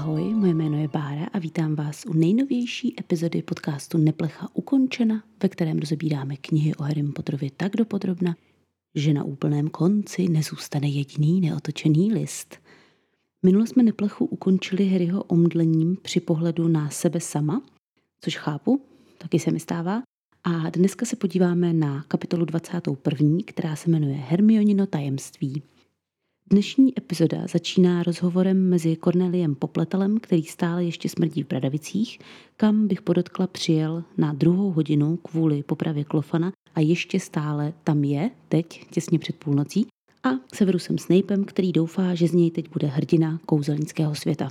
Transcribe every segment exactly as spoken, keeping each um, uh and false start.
Ahoj, moje jméno je Bára a vítám vás u nejnovější epizody podcastu Neplecha ukončena, ve kterém rozebíráme knihy o Harrym Potterovi tak dopodrobna, že na úplném konci nezůstane jediný neotočený list. Minule jsme Neplechu ukončili Harryho omdlením při pohledu na sebe sama, což chápu, taky se mi stává. A dneska se podíváme na kapitolu dvacátou první, která se jmenuje Hermionino tajemství. Dnešní epizoda začíná rozhovorem mezi Corneliem Popletalem, který stále ještě smrdí v Bradavicích, kam bych podotkla přijel na druhou hodinu kvůli popravě Klofana a ještě stále tam je, teď, těsně před půlnocí, a Severusem Snapem, který doufá, že z něj teď bude hrdina kouzelnického světa.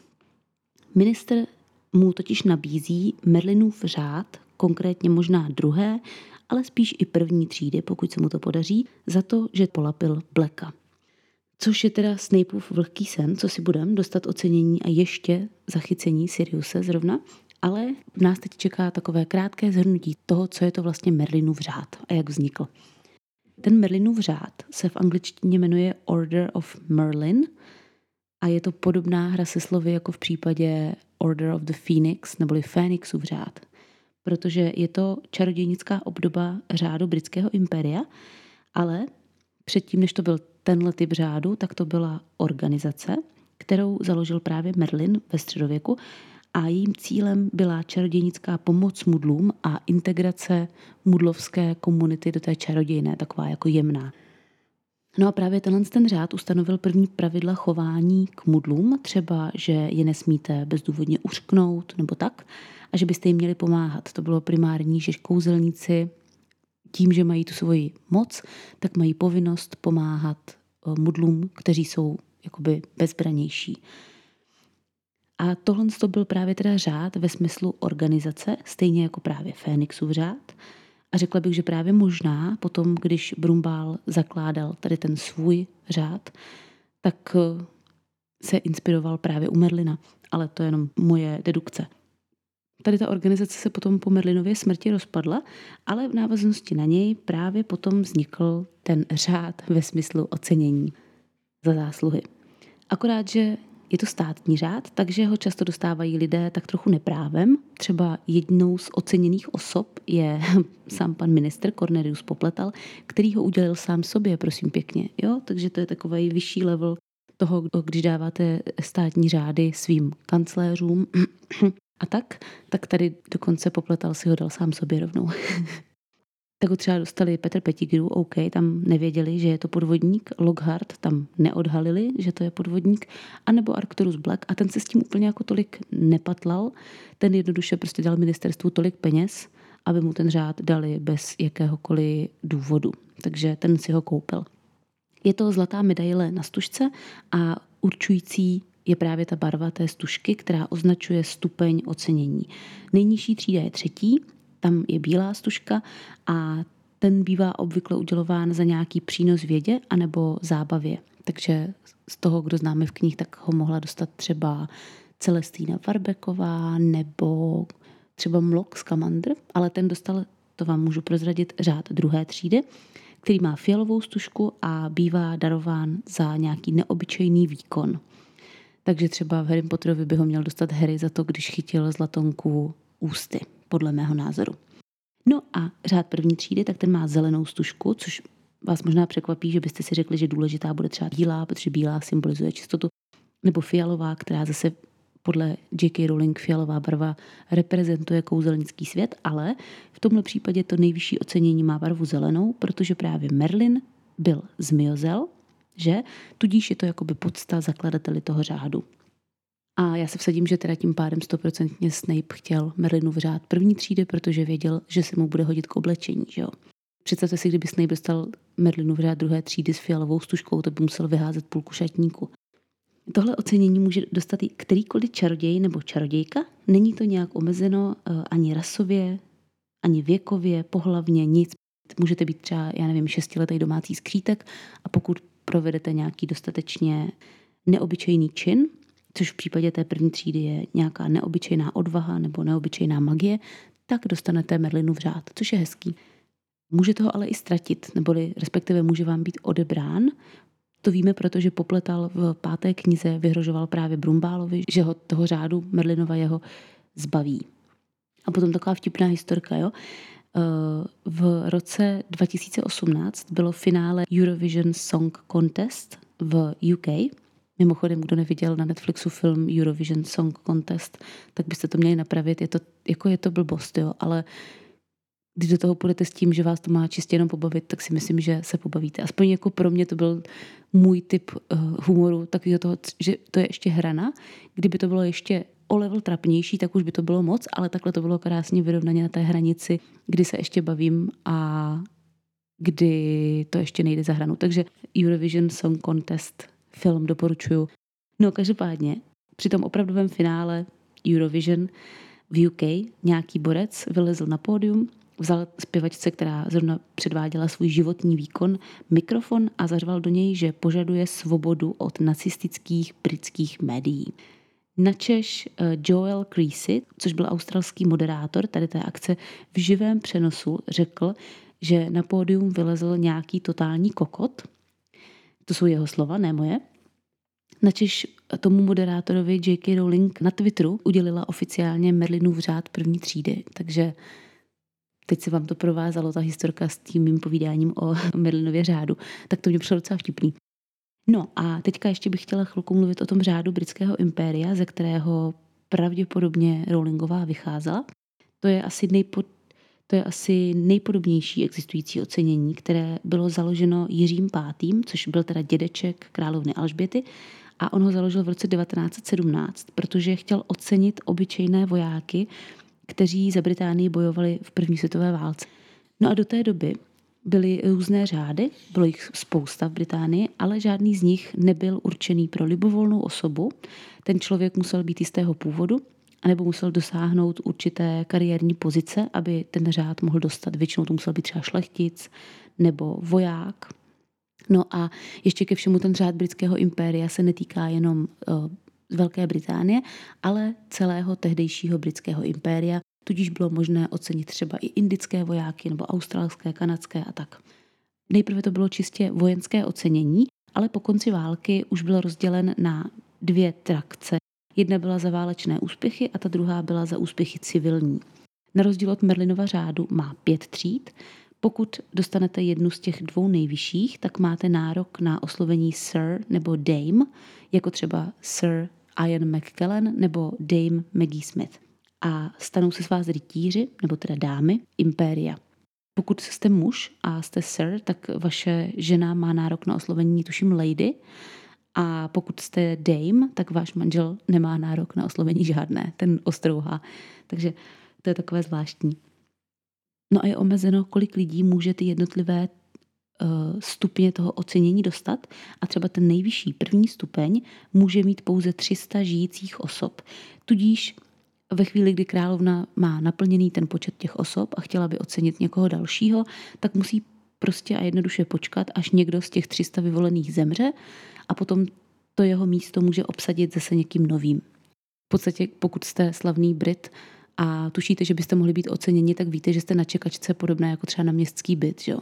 Ministr mu totiž nabízí Merlinův řád, konkrétně možná druhé, ale spíš i první třídy, pokud se mu to podaří, za to, že polapil Blacka. Což je teda Snapeův vlhký sen, co si budem, dostat ocenění a ještě zachycení Siriuse zrovna, ale nás teď čeká takové krátké shrnutí toho, co je to vlastně Merlinův řád a jak vznikl. Ten Merlinův řád se v angličtině jmenuje Order of Merlin a je to podobná hra se slovy jako v případě Order of the Phoenix neboli Fénixův řád, protože je to čarodějnická obdoba řádu britského impéria, ale předtím, než to byl tenhle typ řádu, tak to byla organizace, kterou založil právě Merlin ve středověku a jejím cílem byla čarodějnická pomoc mudlům a integrace mudlovské komunity do té čarodějné, taková jako jemná. No a právě tenhle ten řád ustanovil první pravidla chování k mudlům, třeba, že je nesmíte bezdůvodně uřknout nebo tak, a že byste jim měli pomáhat. To bylo primární, že kouzelníci tím, že mají tu svoji moc, tak mají povinnost pomáhat mudlům, kteří jsou jakoby bezbranější. A tohle to byl právě teda řád ve smyslu organizace, stejně jako právě Fénixův řád. A řekla bych, že právě možná potom, když Brumbál zakládal tady ten svůj řád, tak se inspiroval právě u Merlina. Ale to je jenom moje dedukce. Tady ta organizace se potom po Merlinově smrti rozpadla, ale v návaznosti na něj právě potom vznikl ten řád ve smyslu ocenění za zásluhy. Akorát, že je to státní řád, takže ho často dostávají lidé tak trochu neprávem. Třeba jednou z oceněných osob je sám pan ministr Cornelius Popletal, který ho udělil sám sobě, prosím pěkně. Jo? Takže to je takový vyšší level toho, když dáváte státní řády svým kancléřům a tak, tak tady dokonce Popletal si ho dal sám sobě rovnou. Tak ho třeba dostali Petr Pettigrew, OK, tam nevěděli, že je to podvodník, Lockhart tam neodhalili, že to je podvodník, anebo Arcturus Black a ten se s tím úplně jako tolik nepatlal, ten jednoduše prostě dal ministerstvu tolik peněz, aby mu ten řád dali bez jakéhokoliv důvodu, takže ten si ho koupil. Je to zlatá medaile na stužce a určující je právě ta barva té stužky, která označuje stupeň ocenění. Nejnižší třída je třetí, tam je bílá stužka a ten bývá obvykle udělován za nějaký přínos vědě anebo zábavě. Takže z toho, kdo známe v knih, tak ho mohla dostat třeba Celestína Warbeková nebo třeba Mlok z Kamandr, ale ten dostal, to vám můžu prozradit, řád druhé třídy, který má fialovou stužku a bývá darován za nějaký neobyčejný výkon. Takže třeba v Harrym Potterovi by ho měl dostat Harry za to, když chytil zlatonku ústy, podle mého názoru. No a řád první třídy, tak ten má zelenou stužku, což vás možná překvapí, že byste si řekli, že důležitá bude třeba bílá, protože bílá symbolizuje čistotu, nebo fialová, která zase podle J K Rowling fialová barva reprezentuje kouzelnický svět, ale v tomhle případě to nejvyšší ocenění má barvu zelenou, protože právě Merlin byl zmiozel, že? Tudíž je to jakoby podsta zakladateli toho řádu. A já se vsadím, že teda tím pádem stoprocentně Snape chtěl Merlinův řád první třídy, protože věděl, že se mu bude hodit k oblečení, že jo. Představte si, kdyby Snape dostal Merlinův řád druhé třídy s fialovou stužkou, to by musel vyházet půlku šatníku. Tohle ocenění může dostat i kterýkoliv čaroděj nebo čarodějka. Není to nějak omezeno ani rasově, ani věkově, pohlavně, nic. Můžete být třeba, já nevím, šestiletý domácí skřítek a pokud provedete nějaký dostatečně neobyčejný čin, což v případě té první třídy je nějaká neobyčejná odvaha nebo neobyčejná magie, tak dostanete Merlinův řád, což je hezký. Můžete ho ale i ztratit, neboli respektive může vám být odebrán. To víme, protože popletal v páté knize, vyhrožoval právě Brumbálovi, že ho toho řádu Merlinova jeho zbaví. A potom taková vtipná historka, jo. V roce dva tisíce osmnáct bylo finále Eurovision Song Contest v U K. Mimochodem, kdo neviděl na Netflixu film Eurovision Song Contest, tak byste to měli napravit. Je to, jako je to blbost, jo, ale když do toho půjdete s tím, že vás to má čistě jenom pobavit, tak si myslím, že se pobavíte. Aspoň jako pro mě to byl můj typ uh, humoru, takového toho, že to je ještě hrana. Kdyby to bylo ještě o level trapnější, tak už by to bylo moc, ale takhle to bylo krásně vyrovnaně na té hranici, kdy se ještě bavím a kdy to ještě nejde za hranu. Takže Eurovision Song Contest film doporučuju. No každopádně, při tom opravdovém finále Eurovision v U K nějaký borec vylezl na pódium, vzal zpěvačce, která zrovna předváděla svůj životní výkon, mikrofon a zařval do něj, že požaduje svobodu od nacistických britských médií. Načež Joel Creasy, což byl australský moderátor tady té akce, v živém přenosu řekl, že na pódium vylezl nějaký totální kokot. To jsou jeho slova, ne moje. Načež tomu moderátorovi J K Rowling na Twitteru udělila oficiálně Merlinův řád první třídy. Takže teď se vám to provázalo, ta historka s tím mým povídáním o Merlinově řádu. Tak to mě přišlo docela vtipný. No a teďka ještě bych chtěla chvilku mluvit o tom řádu britského impéria, ze kterého pravděpodobně Rowlingová vycházela. To je asi, nejpo, to je asi nejpodobnější existující ocenění, které bylo založeno Jiřím pátým, což byl teda dědeček královny Alžběty, a on ho založil v roce devatenáct set sedmnáct, protože chtěl ocenit obyčejné vojáky, kteří za Británii bojovali v první světové válce. No a do té doby byly různé řády, bylo jich spousta v Británii, ale žádný z nich nebyl určený pro libovolnou osobu. Ten člověk musel být jistého původu, anebo musel dosáhnout určité kariérní pozice, aby ten řád mohl dostat. Většinou to musel být třeba šlechtic nebo voják. No a ještě ke všemu ten řád britského impéria se netýká jenom uh, Velké Británie, ale celého tehdejšího britského impéria. Tudíž bylo možné ocenit třeba i indické vojáky nebo australské, kanadské a tak. Nejprve to bylo čistě vojenské ocenění, ale po konci války už byl rozdělen na dvě trakce. Jedna byla za válečné úspěchy a ta druhá byla za úspěchy civilní. Na rozdíl od Merlinova řádu má pět tříd. Pokud dostanete jednu z těch dvou nejvyšších, tak máte nárok na oslovení Sir nebo Dame, jako třeba Sir Ian McKellen nebo Dame Maggie Smith. A stanou se z vás rytíři, nebo teda dámy, impéria. Pokud jste muž a jste sir, tak vaše žena má nárok na oslovení, tuším, lady. A pokud jste dame, tak váš manžel nemá nárok na oslovení žádné, ten ostrouhá. Takže to je takové zvláštní. No a je omezeno, kolik lidí může ty jednotlivé uh, stupně toho ocenění dostat. A třeba ten nejvyšší první stupeň může mít pouze tři sta žijících osob. Tudíž ve chvíli, kdy královna má naplněný ten počet těch osob a chtěla by ocenit někoho dalšího, tak musí prostě a jednoduše počkat, až někdo z těch tři sta vyvolených zemře a potom to jeho místo může obsadit zase někým novým. V podstatě, pokud jste slavný Brit a tušíte, že byste mohli být oceněni, tak víte, že jste na čekačce podobná jako třeba na městský byt. Že?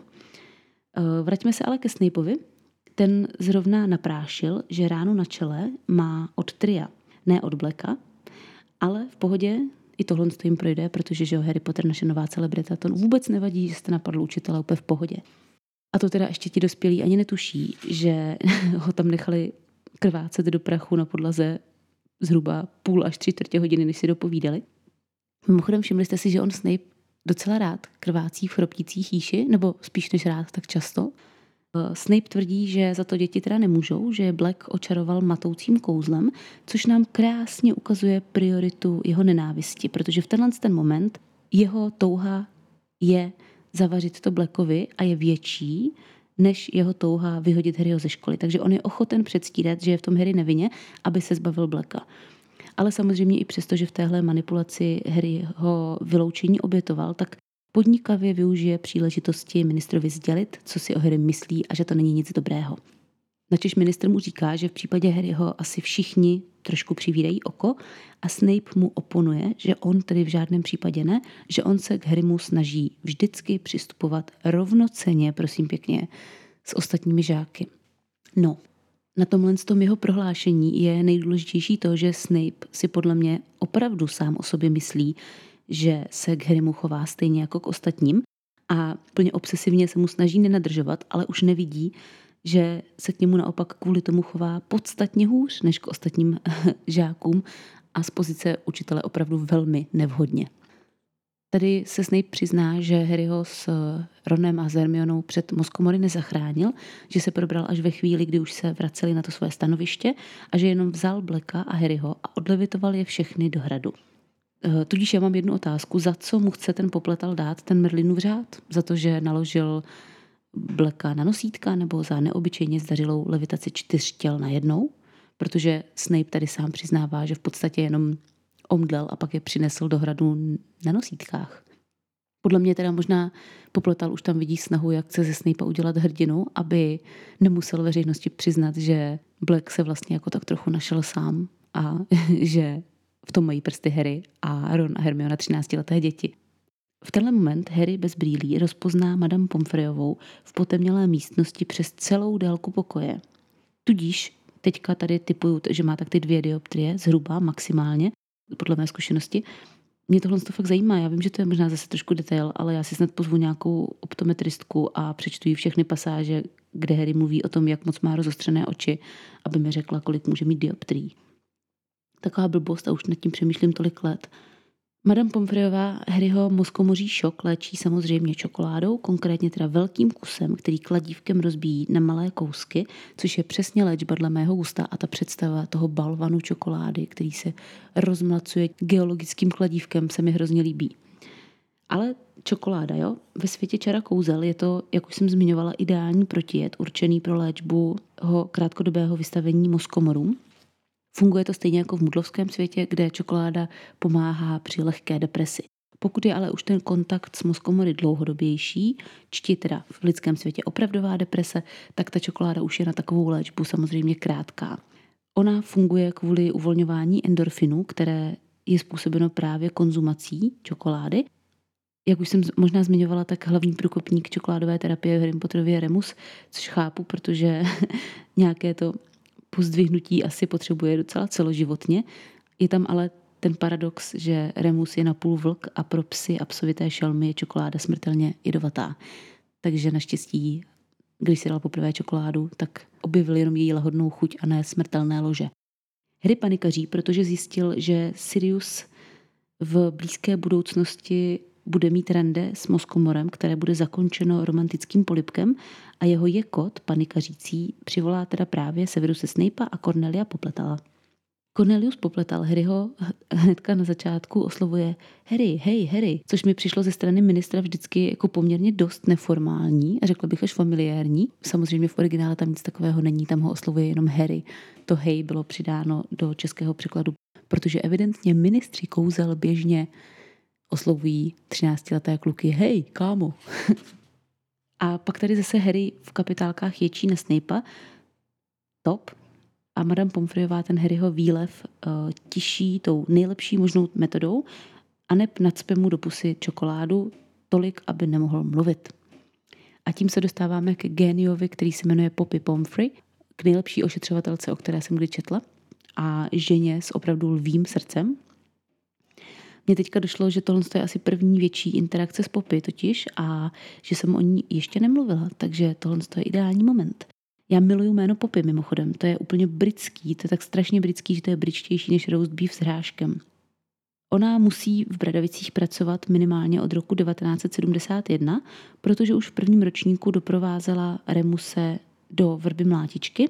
Vraťme se ale ke Snapeovi. Ten zrovna naprášil, že ránu na čele má od tria, ne od Blacka, ale v pohodě i tohle jim projde, protože že Harry Potter, naše nová celebrita, to vůbec nevadí, že jste napadl učitele úplně v pohodě. A to teda ještě ti dospělí ani netuší, že ho tam nechali krvácet do prachu na podlaze zhruba půl až tři čtvrtě hodiny, než si dopovídali. Mimochodem všimli jste si, že on Snape docela rád krvácí v chroptící chýši, nebo spíš než rád, tak často. Snape tvrdí, že za to děti teda nemůžou, že Black očaroval matoucím kouzlem, což nám krásně ukazuje prioritu jeho nenávisti, protože v tenhle ten moment jeho touha je zavařit to Blackovi a je větší, než jeho touha vyhodit Harryho ze školy. Takže on je ochoten předstírat, že je v tom Harry nevinně, aby se zbavil Blacka. Ale samozřejmě i přesto, že v téhle manipulaci Harryho vyloučení obětoval, tak podnikavě využije příležitosti ministrovi sdělit, co si o Harry myslí a že to není nic dobrého. Načež ministr mu říká, že v případě Harryho asi všichni trošku přivírají oko a Snape mu oponuje, že on tedy v žádném případě ne, že on se k Harrymu snaží vždycky přistupovat rovnocenně, prosím pěkně, s ostatními žáky. No, Na tomhle z tom jeho prohlášení je nejdůležitější to, že Snape si podle mě opravdu sám o sobě myslí, že se k Harrymu chová stejně jako k ostatním a plně obsesivně se mu snaží nenadržovat, ale už nevidí, že se k němu naopak kvůli tomu chová podstatně hůř než k ostatním žákům a z pozice učitele opravdu velmi nevhodně. Tady se Snape přizná, že Harryho s Ronem a s Hermionou před Moskomory nezachránil, že se probral až ve chvíli, kdy už se vraceli na to své stanoviště a že jenom vzal Blacka a Harryho a odlevitoval je všechny do hradu. Tudíž já mám jednu otázku, za co mu chce ten popletal dát ten Merlinův řád? Za to, že naložil Blacka na nosítka nebo za neobyčejně zdařilou levitaci čtyř těl najednou? Protože Snape tady sám přiznává, že v podstatě jenom omdlel a pak je přinesl do hradu na nosítkách. Podle mě teda možná popletal už tam vidí snahu, jak chce ze Snapea udělat hrdinu, aby nemusel veřejnosti přiznat, že Black se vlastně jako tak trochu našel sám a že v tom mají prsty Harry a Ron a Hermiona třináctileté děti. V tenhle moment Harry bez brýlí rozpozná Madame Pomfreyovou v potemnělé místnosti přes celou délku pokoje. Tudíž teďka tady typuju, že má tak ty dvě dioptrie, zhruba maximálně, podle mé zkušenosti. Mě tohle to fakt zajímá. Já vím, že to je možná zase trošku detail, ale já si snad pozvu nějakou optometristku a přečtu jí všechny pasáže, kde Harry mluví o tom, jak moc má rozostřené oči, aby mi řekla, kolik může mít dioptrií. Taková blbost a už nad tím přemýšlím tolik let. Madame Pomfreyová Harryho mozkomoří šok léčí samozřejmě čokoládou, konkrétně teda velkým kusem, který kladívkem rozbíjí na malé kousky, což je přesně léčba dle mého gusta a ta představa toho balvanu čokolády, který se rozmlacuje geologickým kladívkem, se mi hrozně líbí. Ale čokoláda, jo? Ve světě čara kouzel je to, jak už jsem zmiňovala, ideální protijed, určený pro léčbu krátkodobého vystavení mozkomorům. Funguje to stejně jako v mudlovském světě, kde čokoláda pomáhá při lehké depresi. Pokud je ale už ten kontakt s mozkomory dlouhodobější, čti teda v lidském světě opravdová deprese, tak ta čokoláda už je na takovou léčbu samozřejmě krátká. Ona funguje kvůli uvolňování endorfinu, které je způsobeno právě konzumací čokolády. Jak už jsem možná zmiňovala, tak hlavní průkopník čokoládové terapie v Harrym Potterově je Remus, což chápu, protože nějaké to pozdvihnutí asi potřebuje docela celoživotně. Je tam ale ten paradox, že Remus je napůl vlk a pro psy a psovité šelmy je čokoláda smrtelně jedovatá. Takže naštěstí, když si dal poprvé čokoládu, tak objevil jenom její lahodnou chuť a ne smrtelné lože. Harry panikaří, protože zjistil, že Sirius v blízké budoucnosti bude mít rande s mozkomorem, které bude zakončeno romantickým polibkem a jeho jekot, panikařící, přivolá teda právě Severuse Snapea a Cornelia Popletala. Cornelius Popletal Harryho hnedka na začátku oslovuje Harry, hej, Harry, což mi přišlo ze strany ministra vždycky jako poměrně dost neformální a řekla bych až familiární. Samozřejmě v originále tam nic takového není, tam ho oslovuje jenom Harry. To hej bylo přidáno do českého překladu, protože evidentně ministři kouzel běžně oslovují třináctileté kluky, hej, kámo. A pak tady zase Harry v kapitálkách ječí na Snapea, top, a Madame Pomfreyová ten Harryho výlev uh, tiší tou nejlepší možnou metodou a neb nacpe mu do pusy čokoládu tolik, aby nemohl mluvit. A tím se dostáváme k géniovi, který se jmenuje Poppy Pomfrey, k nejlepší ošetřovatelce, o které jsem kdy četla, a ženě s opravdu lvým srdcem. Mně teďka došlo, že tohle je asi první větší interakce s Poppy totiž a že jsem o ní ještě nemluvila, takže tohle je ideální moment. Já miluju jméno Poppy mimochodem, to je úplně britský, to je tak strašně britský, že to je britštější než roast beef s hráškem. Ona musí v Bradavicích pracovat minimálně od roku devatenáct set sedmdesát jedna, protože už v prvním ročníku doprovázela Remuse do Vrby mlátičky,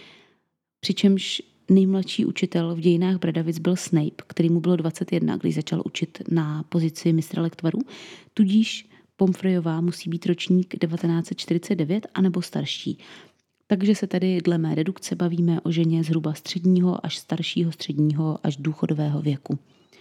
přičemž nejmladší učitel v dějinách Bradavic byl Snape, který mu bylo dvacet jedna, když začal učit na pozici mistra lektvarů, tudíž Pomfreyová musí být ročník devatenáct set čtyřicet devět anebo starší. Takže se tady dle mé redukce bavíme o ženě zhruba středního až staršího středního až důchodového věku.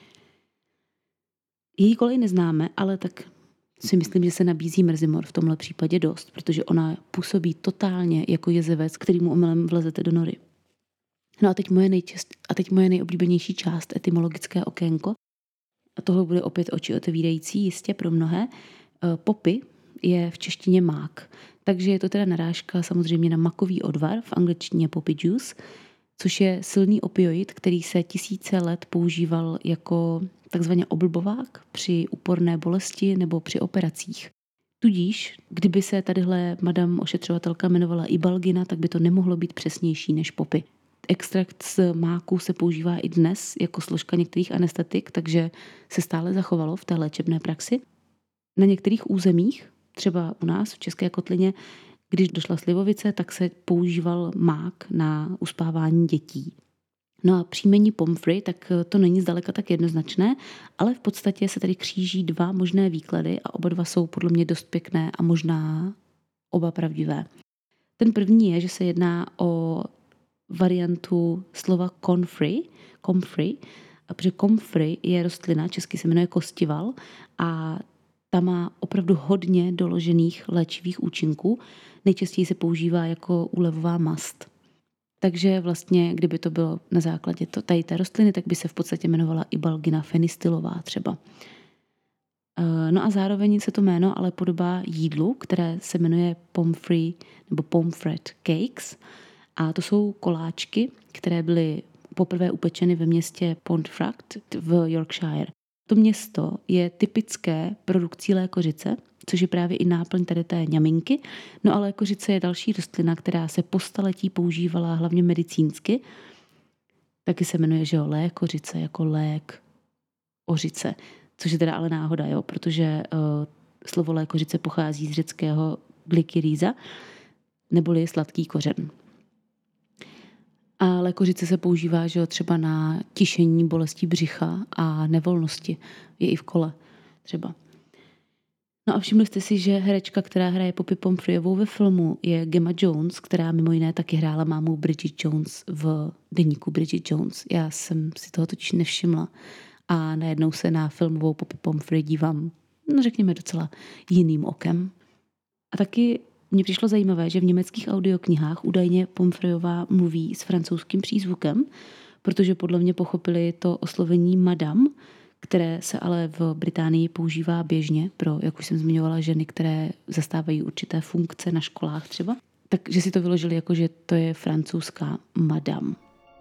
Její kolej neznáme, ale tak si myslím, že se nabízí Mrzimor v tomhle případě dost, protože ona působí totálně jako jezevec, kterýmu omylem vlezete do nory. No a teď moje, nejčast, a teď moje nejoblíbenější část, etymologické okénko. A tohle bude opět oči otevírající, jistě pro mnohé. Poppy je v češtině mák, Takže je to teda narážka samozřejmě na makový odvar, v angličtině poppy juice, což je silný opioid, který se tisíce let používal jako takzvaně oblbovák při úporné bolesti nebo při operacích. Tudíž, kdyby se tadyhle madam ošetřovatelka jmenovala Ibalgina, tak by to nemohlo být přesnější než poppy. Extrakt z máku se používá i dnes jako složka některých anestetik, takže se stále zachovalo v té léčebné praxi. Na některých územích, třeba u nás v České kotlině, když došla slivovice, tak se používal mák na uspávání dětí. No a příjmení Pomfrey, tak to není zdaleka tak jednoznačné, ale v podstatě se tady kříží dva možné výklady a oba dva jsou podle mě dost pěkné a možná oba pravdivé. Ten první je, že se jedná o variantu slova comfrey, comfrey, protože comfrey je rostlina, česky se jmenuje kostival a ta má opravdu hodně doložených léčivých účinků. Nejčastěji se používá jako úlevová mast. Takže vlastně, kdyby to bylo na základě to, tady té rostliny, tak by se v podstatě jmenovala Ibalgina fenistylová třeba. No a zároveň se to jméno ale podobá jídlu, které se jmenuje Pomfrey nebo Pomfret Cakes. A to jsou koláčky, které byly poprvé upečeny ve městě Pontefract v Yorkshire. To město je typické produkcí lékořice, což je právě i náplň tady té ňaminky. No a lékořice je další rostlina, která se po staletí používala hlavně medicínsky. Taky se jmenuje, že jo, lékořice jako lék ořice, což je teda ale náhoda, jo, protože uh, slovo lékořice pochází z řeckého glykyríza, neboli sladký kořen. A lékořice se používá, že jo, třeba na tišení bolestí břicha a nevolnosti. Je i v kole třeba. No a všimli jste si, že herečka, která hraje Poppy Pomfreyovou ve filmu, je Gemma Jones, která mimo jiné taky hrála mámu Bridget Jones v deníku Bridget Jones. Já jsem si toho totiž nevšimla a najednou se na filmovou Poppy Pomfrey dívám, no řekněme docela jiným okem. A taky mně přišlo zajímavé, že v německých audioknihách údajně Pomfreyová mluví s francouzským přízvukem, protože podle mě pochopili to oslovení madame, které se ale v Británii používá běžně pro, jak už jsem zmiňovala, ženy, které zastávají určité funkce na školách třeba. Takže si to vyložili jako, že to je francouzská madame.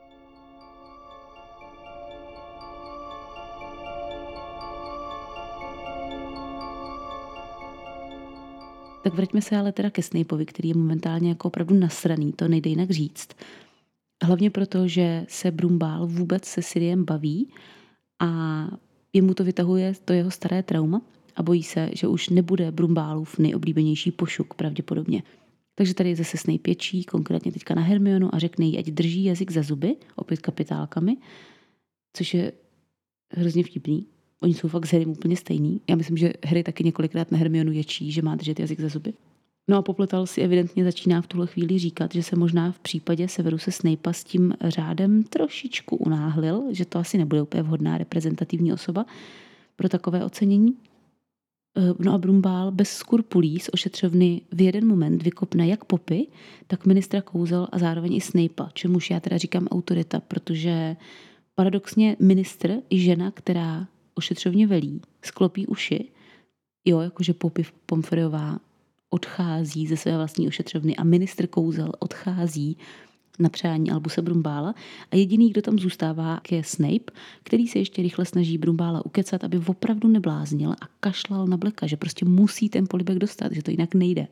Tak vraťme se ale teda ke Snapeovi, který je momentálně jako opravdu nasraný, to nejde jinak říct. Hlavně proto, že se Brumbál vůbec se Siriem baví a jemu to vytahuje to jeho staré trauma a bojí se, že už nebude Brumbálův nejoblíbenější pošuk pravděpodobně. Takže tady zase Snape ječí, konkrétně teďka na Hermionu a řekne jí, ať drží jazyk za zuby, opět kapitálkami, což je hrozně vtipný. Oni jsou fakt s Harrym úplně stejný. Já myslím, že Harry taky několikrát na Hermionu ječí, že má držet jazyk za zuby. No a Popletal si evidentně začíná v tuhle chvíli říkat, že se možná v případě Severuse Snape'a s tím řádem trošičku unáhlil, že to asi nebude úplně vhodná reprezentativní osoba pro takové ocenění. No a Brumbál bez skrupulí z ošetřovny v jeden moment vykopne jak Poppy, tak ministra kouzel a zároveň i Snape'a, čemuž já teda říkám autorita, protože paradoxně ministr i žena, která ošetřovně velí, sklopí uši, jo, jakože Poppy Pomfreyová odchází ze své vlastní ošetřovny a ministr kouzel odchází na přání Albuse Brumbála a jediný, kdo tam zůstává, je Snape, který se ještě rychle snaží Brumbála ukecat, aby opravdu nebláznil a kašlal na Blacka, že prostě musí ten polibek dostat, že to jinak nejde.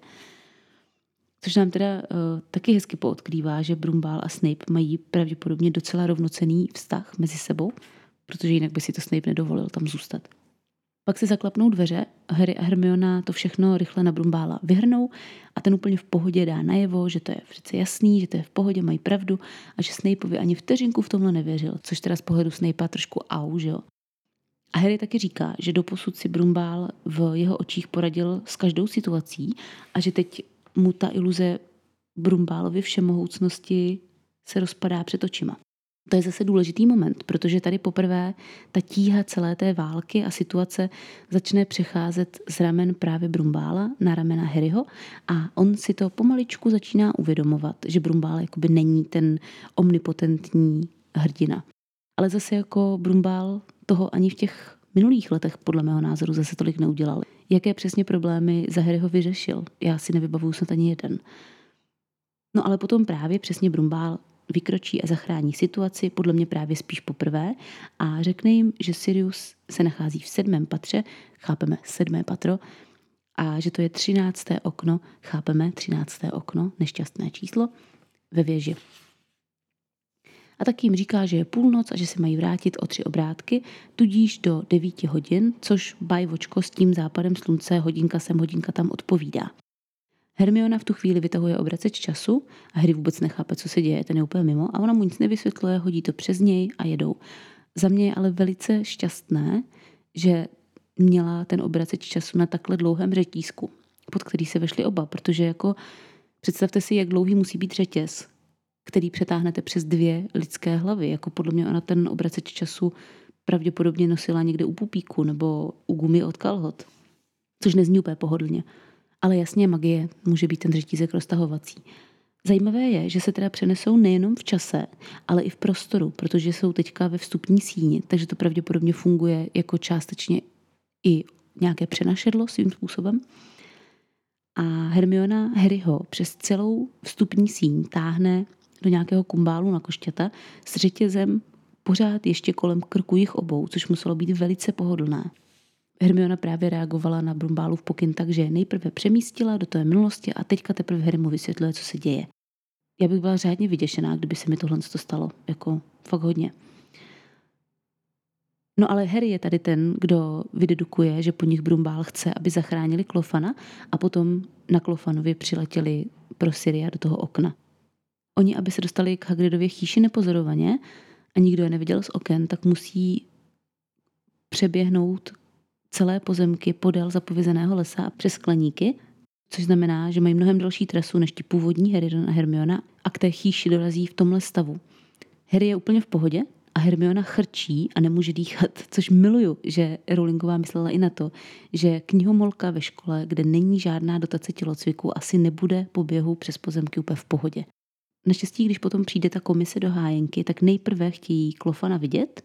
Což nám teda uh, taky hezky poodkrývá, že Brumbál a Snape mají pravděpodobně docela rovnocenný vztah mezi sebou, protože jinak by si to Snape nedovolil tam zůstat. Pak se zaklapnou dveře, Harry a Hermiona to všechno rychle na Brumbála vyhrnou a ten úplně v pohodě dá najevo, že to je přece jasný, že to je v pohodě, mají pravdu a že Snapeovi ani vteřinku v tomhle nevěřil, což teda z pohledu Snape'a trošku au, že jo. A Harry taky říká, že doposud si Brumbál v jeho očích poradil s každou situací a že teď mu ta iluze Brumbálovy všemohoucnosti se rozpadá před očima. To je zase důležitý moment, protože tady poprvé ta tíha celé té války a situace začne přecházet z ramen právě Brumbála na ramena Harryho a on si to pomaličku začíná uvědomovat, že Brumbál jakoby není ten omnipotentní hrdina. Ale zase jako Brumbál toho ani v těch minulých letech podle mého názoru zase tolik neudělal. jaké přesně problémy za Harryho vyřešil. Já si nevybavuju snad ani jeden. No ale potom právě přesně Brumbál vykročí a zachrání situaci, podle mě právě spíš poprvé, a řekne jim, že Sirius se nachází v sedmém patře, chápeme sedmé patro, a že to je třinácté okno, chápeme třinácté okno, nešťastné číslo, ve věži. A tak jim říká, že je půlnoc a že se mají vrátit o tři obrátky, tudíž do devíti hodin, což bajvočko s tím západem slunce, hodinka sem, hodinka tam odpovídá. Hermiona v tu chvíli vytahuje obraceč času a Harry vůbec nechápe, co se děje, ten je úplně mimo a ona mu nic nevysvětluje, hodí to přes něj a jedou. Za mě je ale velice šťastné, že měla ten obraceč času na takhle dlouhém řetízku, pod který se vešli oba, protože jako představte si, jak dlouhý musí být řetěz, který přetáhnete přes dvě lidské hlavy. Jako podle mě ona ten obraceč času pravděpodobně nosila někde u pupíku nebo u gumy od kalhot, což nezní úplně pohodlně. Ale jasně, magie může být ten řetízek roztahovací. Zajímavé je, že se teda přenesou nejenom v čase, ale i v prostoru, protože jsou teďka ve vstupní síni, takže to pravděpodobně funguje jako částečně i nějaké přenašedlo svým způsobem. A Hermiona Harryho přes celou vstupní síň táhne do nějakého kumbálu na košťata s řetězem pořád ještě kolem krku jich obou, což muselo být velice pohodlné. Hermiona právě reagovala na Brumbálův pokyn tak, že nejprve přemístila do té minulosti a teďka teprve Harry mu vysvětluje, co se děje. Já bych byla řádně vyděšená, kdyby se mi tohle stalo. Jako fakt hodně. No ale Harry je tady ten, kdo vydedukuje, že po nich Brumbál chce, aby zachránili Klofana a potom na Klofanovi přiletěli pro Siria do toho okna. Oni, aby se dostali k Hagridově chýši nepozorovaně a nikdo je neviděl z oken, tak musí přeběhnout celé pozemky podél zapovězeného lesa a přes skleníky, což znamená, že mají mnohem delší trasu než ti původní Harry a Hermiona a k té chýši dorazí v tomhle stavu. Harry je úplně v pohodě a Hermiona chrčí a nemůže dýchat, což miluju, že Rowlingová myslela i na to, že knihomolka ve škole, kde není žádná dotace tělocviku, asi nebude po běhu přes pozemky úplně v pohodě. Naštěstí, když potom přijde ta komise do hájenky, tak nejprve chtějí Klofana vidět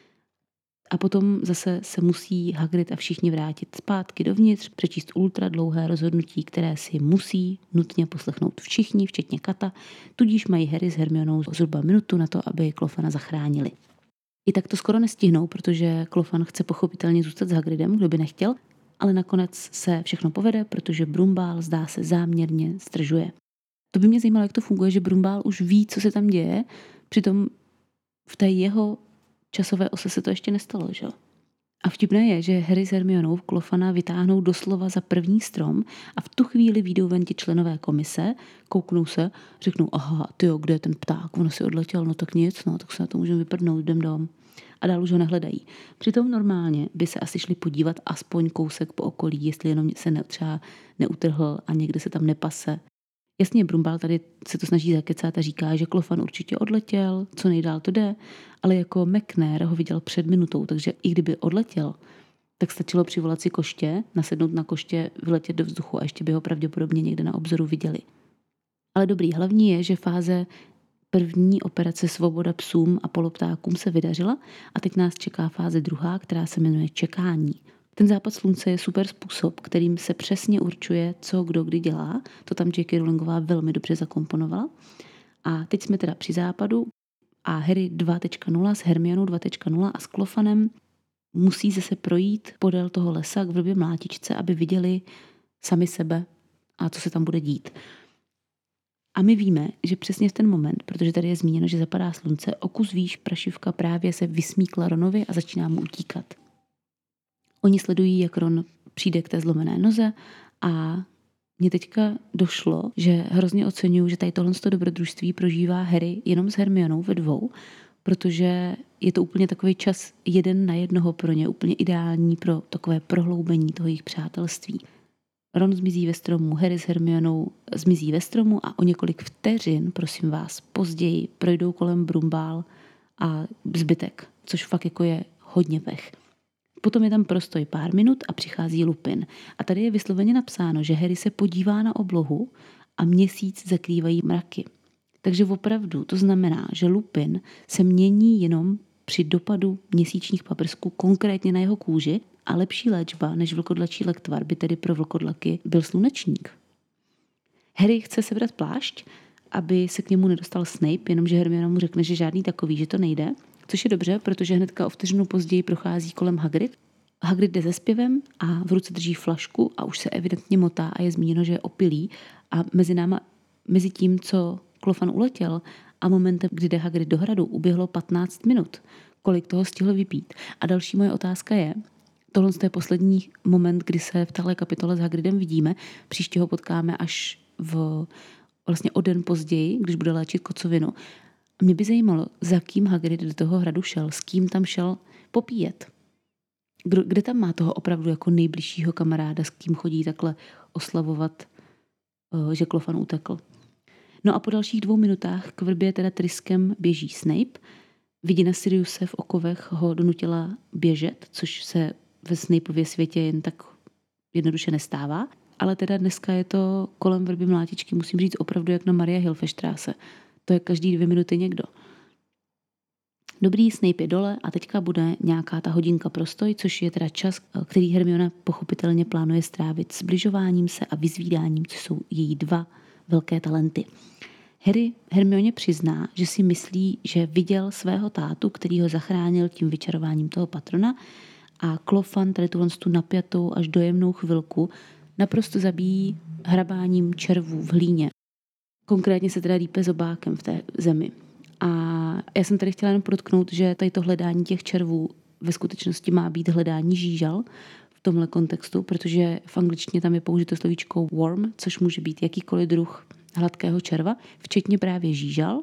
a potom zase se musí Hagrid a všichni vrátit zpátky dovnitř, přečíst ultra dlouhé rozhodnutí, které si musí nutně poslechnout všichni, včetně Kata, tudíž mají Harry s Hermionou zhruba minutu na to, aby Klofana zachránili. I tak to skoro nestihnou, protože Klofan chce pochopitelně zůstat s Hagridem, kdo by nechtěl, ale nakonec se všechno povede, protože Brumbál zdá se záměrně zdržuje. To by mě zajímalo, jak to funguje, že Brumbál už ví, co se tam děje, přitom v té jeho časové ose se to ještě nestalo, že? A vtipné je, že Harry s Hermionou Klofana vytáhnou doslova za první strom a v tu chvíli vyjdou ven ti členové komise, kouknou se, řeknou, aha, tyjo, kde je ten pták, ono si odletěl, no tak nic, no, tak se na to můžeme vyprdnout, jdem dom. A dál už ho nehledají. Přitom normálně by se asi šli podívat aspoň kousek po okolí, jestli jenom se ne, třeba neutrhl a někde se tam nepase. Jasně, Brumbál tady se to snaží zakecat a říká, že Klofan určitě odletěl, co nejdál to jde, ale jako McNair ho viděl před minutou, takže i kdyby odletěl, tak stačilo přivolat si koště, nasednout na koště, vyletět do vzduchu a ještě by ho pravděpodobně někde na obzoru viděli. Ale dobrý, hlavní je, že fáze první operace Svoboda psům a poloptákům se vydařila a teď nás čeká fáze druhá, která se jmenuje čekání. Ten západ slunce je super způsob, kterým se přesně určuje, co kdo kdy dělá. To tam J K. Rowlingová velmi dobře zakomponovala. A teď jsme teda při západu a Harry dva tečka nula s Hermionou dva tečka nula a s Klofanem musí zase projít podél toho lesa k vrbě mlátičce, aby viděli sami sebe a co se tam bude dít. A my víme, že přesně v ten moment, protože tady je zmíněno, že zapadá slunce, o kus výš prašivka právě se vysmíkla Ronovi a začíná mu utíkat. Oni sledují, jak Ron přijde k té zlomené noze a mně teďka došlo, že hrozně oceňuju, že tady tohle dobrodružství prožívá Harry jenom s Hermionou ve dvou, protože je to úplně takový čas jeden na jednoho pro ně, úplně ideální pro takové prohloubení toho jejich přátelství. Ron zmizí ve stromu, Harry s Hermionou zmizí ve stromu a o několik vteřin, prosím vás, později projdou kolem Brumbál a zbytek, což fakt jako je hodně pech. Potom je tam prostoj pár minut a přichází Lupin. A tady je vysloveně napsáno, že Harry se podívá na oblohu a měsíc zakrývají mraky. Takže opravdu to znamená, že Lupin se mění jenom při dopadu měsíčních paprsků, konkrétně na jeho kůži, A lepší léčba než vlkodlačí lektvar by tedy pro vlkodlaky byl slunečník. Harry chce sebrat plášť, aby se k němu nedostal Snape, jenomže Hermiona mu řekne, že žádný takový, že to nejde, což je dobře, protože hnedka o vteřinu později prochází kolem Hagrid. Hagrid jde se zpěvem a v ruce drží flašku a už se evidentně motá a je zmíněno, že je opilý a mezi náma, mezi tím, co Klofan uletěl a momentem, kdy jde Hagrid do hradu, uběhlo patnáct minut. Kolik toho stihl vypít? A další moje otázka je, tohle je poslední moment, kdy se v téhle kapitole s Hagridem vidíme, příště ho potkáme až v vlastně o den později, když bude léčit kocovinu. A mě by zajímalo, za kým Hagrid do toho hradu šel, s kým tam šel popíjet. Kdo, kde tam má toho opravdu jako nejbližšího kamaráda, s kým chodí takhle oslavovat, že Klofan utekl. No a po dalších dvou minutách k vrbě teda tryskem běží Snape. Vidina Siriuse v okovech ho donutila běžet, což se ve Snapeově světě jen tak jednoduše nestává. Ale teda dneska je to kolem vrby mlátičky, musím říct opravdu jak na Maria Hilfestraße. To je každý dvě minuty někdo. Dobrý, Snape je dole a teďka bude nějaká ta hodinka prostoj, což je teda čas, který Hermiona pochopitelně plánuje strávit sbližováním se a vyzvídáním, což jsou její dva velké talenty. Harry Hermioně přizná, že si myslí, že viděl svého tátu, který ho zachránil tím vyčarováním toho patrona a Klofan tady tu napjatou až dojemnou chvilku naprosto zabíjí hrabáním červů v hlíně. Konkrétně se teda rýpe zobákem v té zemi. A já jsem tady chtěla jenom podotknout, že tady to hledání těch červů ve skutečnosti má být hledání žížal v tomhle kontextu, protože v angličtině tam je použito slovíčko worm, což může být jakýkoliv druh hladkého červa, včetně právě žížal,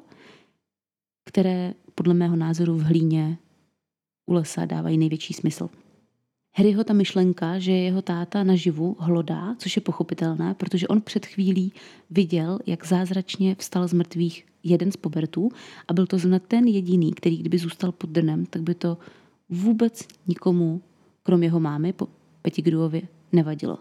které podle mého názoru v hlíně u lesa dávají největší smysl. Harryho ta myšlenka, že jeho táta naživu hlodá, což je pochopitelné, protože on před chvílí viděl, jak zázračně vstal z mrtvých jeden z pobertů a byl to zrovna ten jediný, který kdyby zůstal pod drnem, tak by to vůbec nikomu, krom jeho mámy, po Pettigrewově, nevadilo.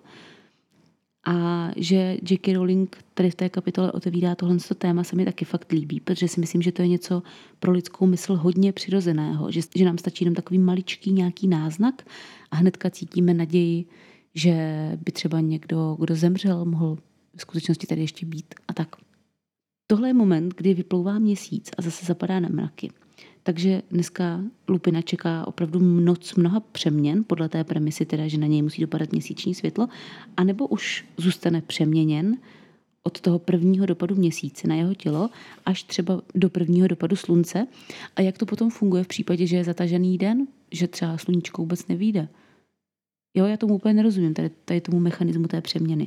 A že J K. Rowling tady v té kapitole otevírá tohle téma, se mi taky fakt líbí, protože si myslím, že to je něco pro lidskou mysl hodně přirozeného, že, že nám stačí jenom takový maličký nějaký náznak a hnedka cítíme naději, že by třeba někdo, kdo zemřel, mohl v skutečnosti tady ještě být a tak. Tohle je moment, kdy vyplouvá měsíc a zase zapadá na mraky. Takže dneska Lupina čeká opravdu noc mnoha přeměn, podle té premisy teda, že na něj musí dopadat měsíční světlo, anebo už zůstane přeměněn od toho prvního dopadu měsíce na jeho tělo až třeba do prvního dopadu slunce. A jak to potom funguje v případě, že je zatažený den, že třeba sluníčko vůbec nevyjde. Jo, já tomu úplně nerozumím, tady, tady tomu mechanismu té přeměny.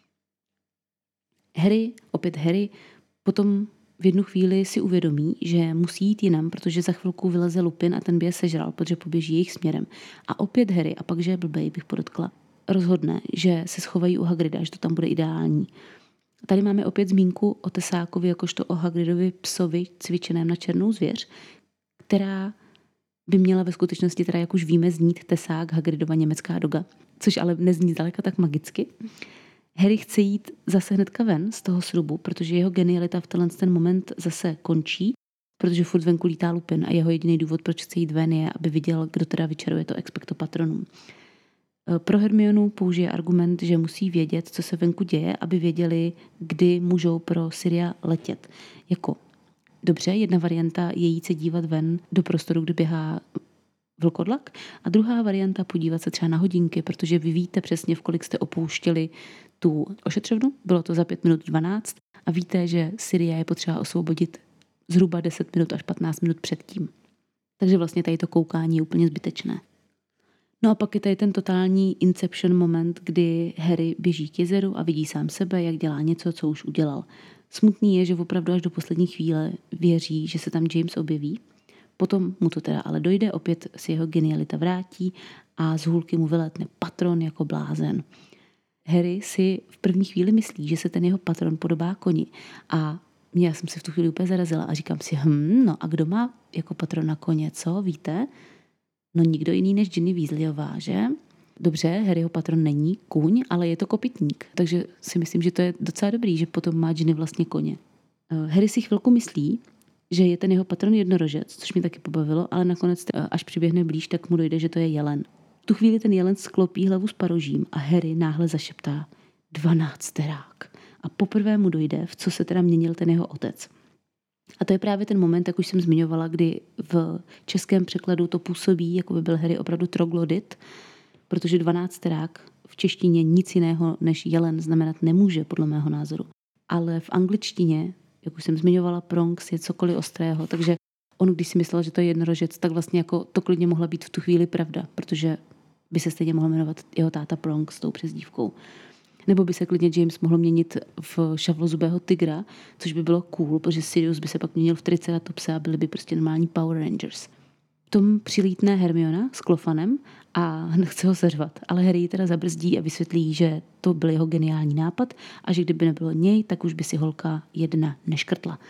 Harry, opět Harry, potom v jednu chvíli si uvědomí, že musí jít jinam, protože za chvilku vyleze Lupin a ten by je sežral, protože poběží jejich směrem. A opět Harry, a pak, že je blbej, bych podotkla, rozhodne, že se schovají u Hagrida, že to tam bude ideální. Tady máme opět zmínku o Tesákovi, jakožto o Hagridovi psovi cvičeném na černou zvěř, která by měla ve skutečnosti, teda jak už víme, znít Tesák, Hagridova německá doga, což ale nezní zdaleka tak magicky. Harry chce jít zase hnedka ven z toho srubu, protože jeho genialita v tenhle ten moment zase končí, protože furt venku lítá Lupin a jeho jediný důvod, proč chce jít ven, je, aby viděl, kdo teda vyčaruje to expecto patronum. Pro Hermionu použije argument, že musí vědět, co se venku děje, aby věděli, kdy můžou pro Siria letět. Jako, dobře, jedna varianta je jít se dívat ven do prostoru, kde běhá vlkodlak, a druhá varianta podívat se třeba na hodinky, protože vy víte přesně, v kolik jste opouštěli tu ošetřovnu, bylo to za pět minut dvanáct a víte, že Siria je potřeba osvobodit zhruba deset minut až patnáct minut předtím. Takže vlastně tady to koukání je úplně zbytečné. No a pak je tady ten totální inception moment, kdy Harry běží k jezeru a vidí sám sebe, jak dělá něco, co už udělal. Smutný je, že opravdu až do poslední chvíle věří, že se tam James objeví. Potom mu to teda ale dojde, opět si jeho genialita vrátí a z hůlky mu vylétne patron jako blázen. Harry si v první chvíli myslí, že se ten jeho patron podobá koni a mě, já jsem se v tu chvíli úplně zarazila a říkám si, hm, no a kdo má jako patrona koně, co, víte? No nikdo jiný než Ginny Weasleyová, že? Dobře, Harryho patron není kůň, ale je to kopytník, takže si myslím, že to je docela dobrý, že potom má Ginny vlastně koně. Harry si chvilku myslí, že je ten jeho patron jednorožec, což mě taky pobavilo, ale nakonec, až přiběhne blíž, tak mu dojde, že to je jelen. tu chvíli ten jelen sklopí hlavu s parožím a Harry náhle zašeptá dvanácterák. A poprvé mu dojde, v co se teda měnil ten jeho otec. A to je právě ten moment, jak už jsem zmiňovala, kdy v českém překladu to působí, jako by byl Harry opravdu troglodit, protože dvanácterák v češtině nic jiného než jelen znamenat nemůže, podle mého názoru. Ale v angličtině, jak už jsem zmiňovala, prongs je cokoliv ostrého, takže on, když si myslel, že to je jednorožec, tak vlastně jako to klidně mohla být v tu chvíli pravda, protože by se stejně mohl jmenovat jeho táta Prongs s tou přezdívkou. Nebo by se klidně James mohl měnit v šavlozubého tygra, což by bylo cool, protože Sirius by se pak měnil v Triceratopse a byli by prostě normální Power Rangers. V tom přilítne Hermiona s klofanem a nechce ho seřvat, ale Harry ji teda zabrzdí a vysvětlí, že to byl jeho geniální nápad a že kdyby nebylo něj, tak už by si holka jedna neškrtla.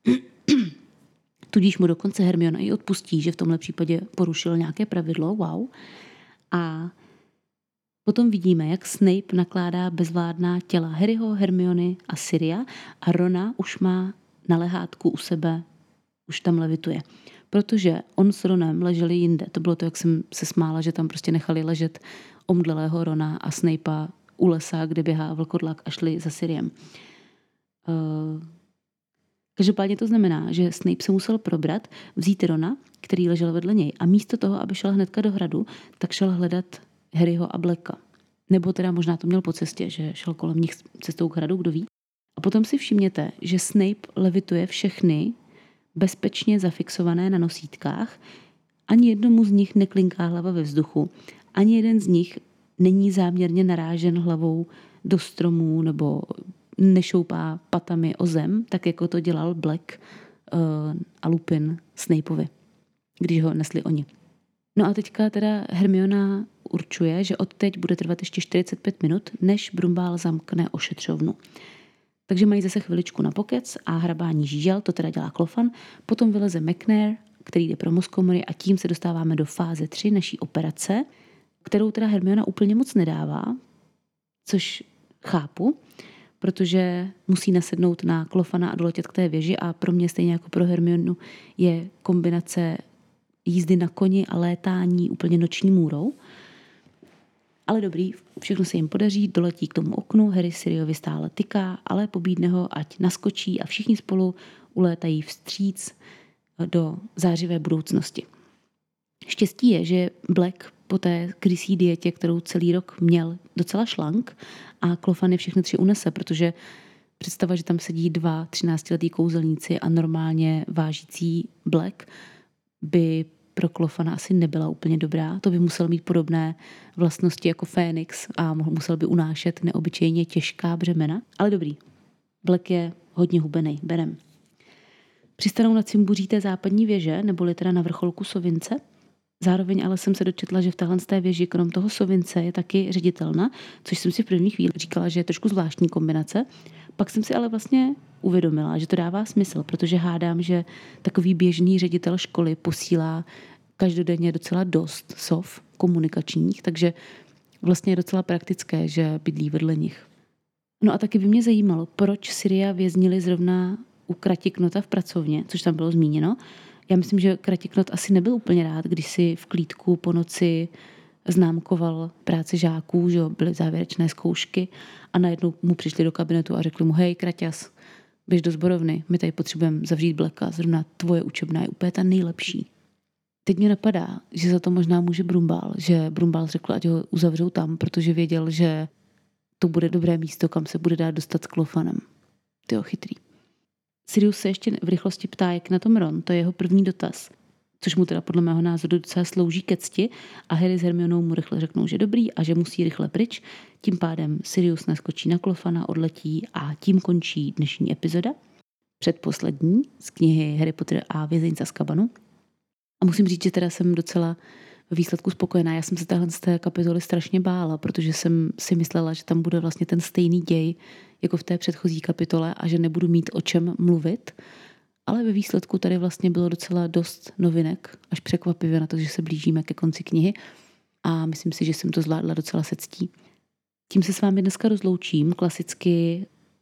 Tudíž mu dokonce Hermiona i odpustí, že v tomhle případě porušil nějaké pravidlo, wow. A potom vidíme, jak Snape nakládá bezvládná těla Harryho, Hermiony a Siria a Rona už má na lehátku u sebe, už tam levituje. Protože on s Ronem leželi jinde. To bylo to, jak jsem se smála, že tam prostě nechali ležet omdlelého Rona a Snapea u lesa, kde běhá vlkodlak a šli za Siriem. Uh, Každopádně to znamená, že Snape se musel probrat, vzít Rona, který ležel vedle něj a místo toho, aby šel hnedka do hradu, tak šel hledat Harryho a Blacka. Nebo teda možná to měl po cestě, že šel kolem nich cestou k hradu, kdo ví. A potom si všimněte, že Snape levituje všechny bezpečně zafixované na nosítkách. Ani jednomu z nich neklinká hlava ve vzduchu. Ani jeden z nich není záměrně narážen hlavou do stromů nebo nešoupá patami o zem, tak jako to dělal Black uh, a Lupin Snapeovi, když ho nesli oni. No a teďka teda Hermiona určuje, že od teď bude trvat ještě čtyřicet pět minut, než Brumbál zamkne ošetřovnu. Takže mají zase chviličku na pokec a hrabání žížel, to teda dělá Klofan. Potom vyleze McNair, který jde pro mozkomory a tím se dostáváme do fáze tři naší operace, kterou teda Hermiona úplně moc nedává, což chápu, protože musí nasednout na Klofana a doletět k té věži a pro mě stejně jako pro Hermionu je kombinace jízdy na koni a létání úplně noční můrou. Ale dobrý, všechno se jim podaří, doletí k tomu oknu, Harry Siriovi stále tyká, ale pobídne ho, ať naskočí a všichni spolu ulétají vstříc do zářivé budoucnosti. Štěstí je, že Black po té krysí dietě, kterou celý rok měl, docela šlank a Klofan je všechny tři unese, protože představa, že tam sedí dva třináctiletí kouzelníci a normálně vážící Black by pro Klofana asi nebyla úplně dobrá. To by musel mít podobné vlastnosti jako Fénix a musel by unášet neobyčejně těžká břemena. Ale dobrý, Black je hodně hubenej, berem. Přistanou na cimbuří té západní věže, neboli teda na vrcholku Sovince. Zároveň ale jsem se dočetla, že v téhle té věži, krom toho Sovince, je taky ředitelna, což jsem si v první chvíli říkala, že je trošku zvláštní kombinace. Pak jsem si ale vlastně uvědomila, že to dává smysl, protože hádám, že takový běžný ředitel školy posílá každodenně docela dost sov komunikačních, takže vlastně je docela praktické, že bydlí vedle nich. No a taky by mě zajímalo, proč Siria věznili zrovna u Kratiknota v pracovně, což tam bylo zmíněno. Já myslím, že Kratiknot asi nebyl úplně rád, když si v klídku po noci známkoval práci žáků, že byly závěrečné zkoušky a najednou mu přišli do kabinetu a řekli mu, hej Kraťas, běž do sborovny, my tady potřebujeme zavřít Blacka, zrovna tvoje učebna je úplně ta nejlepší. Teď mě napadá, že za to možná může Brumbál, že Brumbál řekl, ať ho uzavřou tam, protože věděl, že to bude dobré místo, kam se bude dát dostat s Klofanem. Tyjo, chytrý. Sirius se ještě v rychlosti ptá, jak na tom Ron, to je jeho první dotaz, což mu teda podle mého názoru docela slouží ke cti a Harry s Hermionou mu rychle řeknou, že dobrý a že musí rychle pryč. Tím pádem Sirius naskočí na Klofana, odletí a tím končí dnešní epizoda. Předposlední z knihy Harry Potter a vězeň z Azkabanu. A musím říct, že teda jsem docela ve výsledku spokojená. Já jsem se téhle z té kapitoly strašně bála, protože jsem si myslela, že tam bude vlastně ten stejný děj jako v té předchozí kapitole a že nebudu mít o čem mluvit. Ale ve výsledku tady vlastně bylo docela dost novinek, až překvapivě na to, že se blížíme ke konci knihy a myslím si, že jsem to zvládla docela se ctí. Tím se s vámi dneska rozloučím klasicky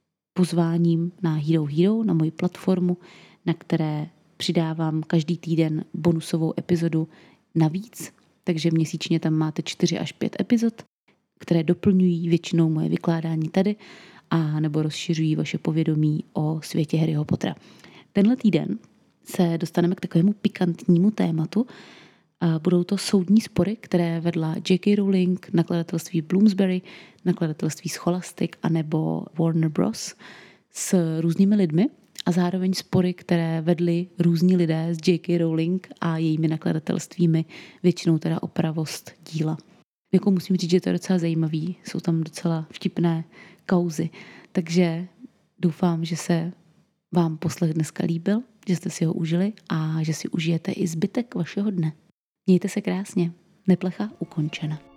pozváním na Hero Hero, na moji platformu, na které přidávám každý týden bonusovou epizodu navíc takže měsíčně tam máte čtyři až pět epizod, které doplňují většinou moje vykládání tady a nebo rozšiřují vaše povědomí o světě Harryho Pottera. Tenhle týden se dostaneme k takovému pikantnímu tématu. Budou to soudní spory, které vedla J K. Rowling, nakladatelství Bloomsbury, nakladatelství Scholastic a nebo Warner Bros. S různými lidmi a zároveň spory, které vedli různí lidé s J K. Rowling a jejími nakladatelstvími, většinou teda o pravost díla. Jako musím říct, že to je docela zajímavý, jsou tam docela vtipné kauzy, takže doufám, že se vám poslech dneska líbil, že jste si ho užili a že si užijete i zbytek vašeho dne. Mějte se krásně. Neplecha ukončena.